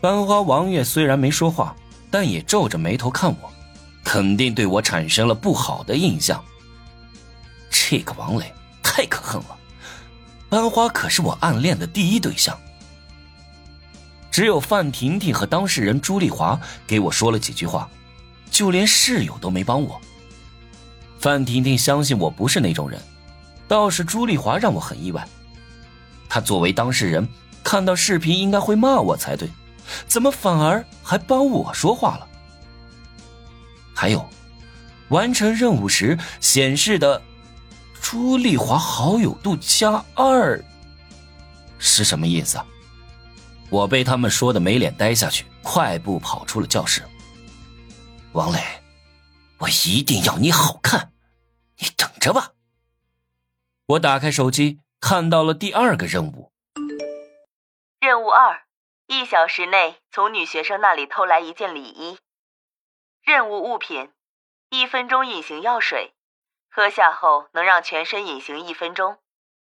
班花王爷虽然没说话，但也皱着眉头看我，肯定对我产生了不好的印象。这个王磊太可恨了，班花可是我暗恋的第一对象。只有范婷婷和当事人朱丽华给我说了几句话，就连室友都没帮我。范婷婷相信我不是那种人，倒是朱丽华让我很意外。她作为当事人，看到视频应该会骂我才对，怎么反而还帮我说话了？还有，完成任务时显示的朱丽华好友度+2是什么意思啊？我被他们说的没脸待下去，快步跑出了教室。王磊，我一定要你好看，你等着吧。我打开手机，看到了第2个任务。 任务2，1小时内从女学生那里偷来1件礼衣。任务物品：1分钟隐形药水，喝下后能让全身隐形1分钟。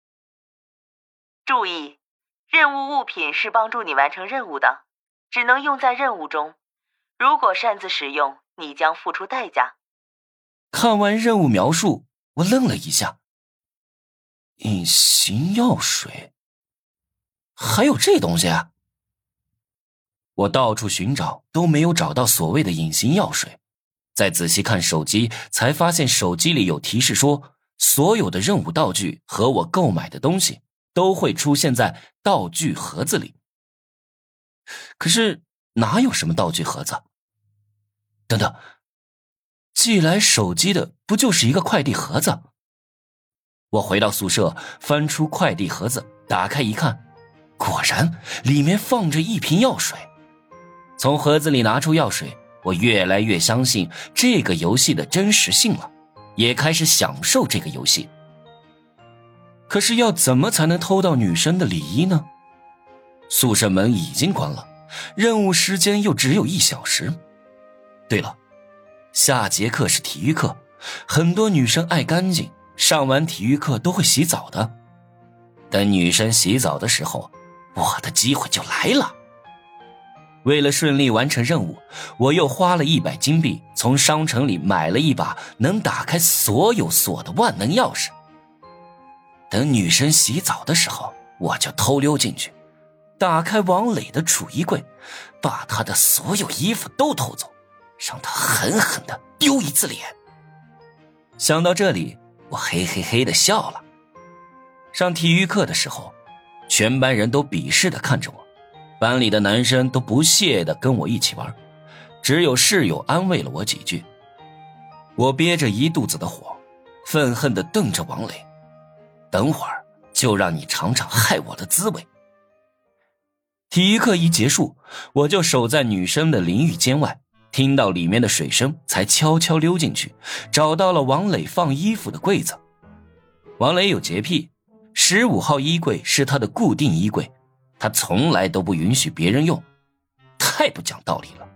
注意，任务物品是帮助你完成任务的，只能用在任务中。如果擅自使用，你将付出代价。 看完任务描述，我愣了一下。隐形药水？还有这东西啊？我到处寻找，都没有找到所谓的隐形药水。再仔细看手机，才发现手机里有提示说，所有的任务道具和我购买的东西都会出现在道具盒子里。可是哪有什么道具盒子？等等，寄来手机的不就是一个快递盒子？我回到宿舍，翻出快递盒子，打开一看，果然里面放着一瓶药水。从盒子里拿出药水，我越来越相信这个游戏的真实性了，也开始享受这个游戏。可是要怎么才能偷到女生的礼衣呢？宿舍门已经关了，任务时间又只有1小时。对了，下节课是体育课，很多女生爱干净，上完体育课都会洗澡的。等女生洗澡的时候，我的机会就来了。为了顺利完成任务，我又花了100金币从商城里买了一把能打开所有锁的万能钥匙。等女生洗澡的时候，我就偷溜进去，打开王磊的储衣柜，把他的所有衣服都偷走，让他狠狠地丢一次脸。想到这里，我嘿嘿嘿地笑了。上体育课的时候，全班人都鄙视地看着我，班里的男生都不屑地跟我一起玩，只有室友安慰了我几句。我憋着一肚子的火，愤恨地瞪着王磊，等会儿就让你尝尝害我的滋味。体育课一结束，我就守在女生的淋浴间外，听到里面的水声，才悄悄溜进去，找到了王磊放衣服的柜子。王磊有洁癖，15号衣柜是他的固定衣柜，他从来都不允许别人用，太不讲道理了。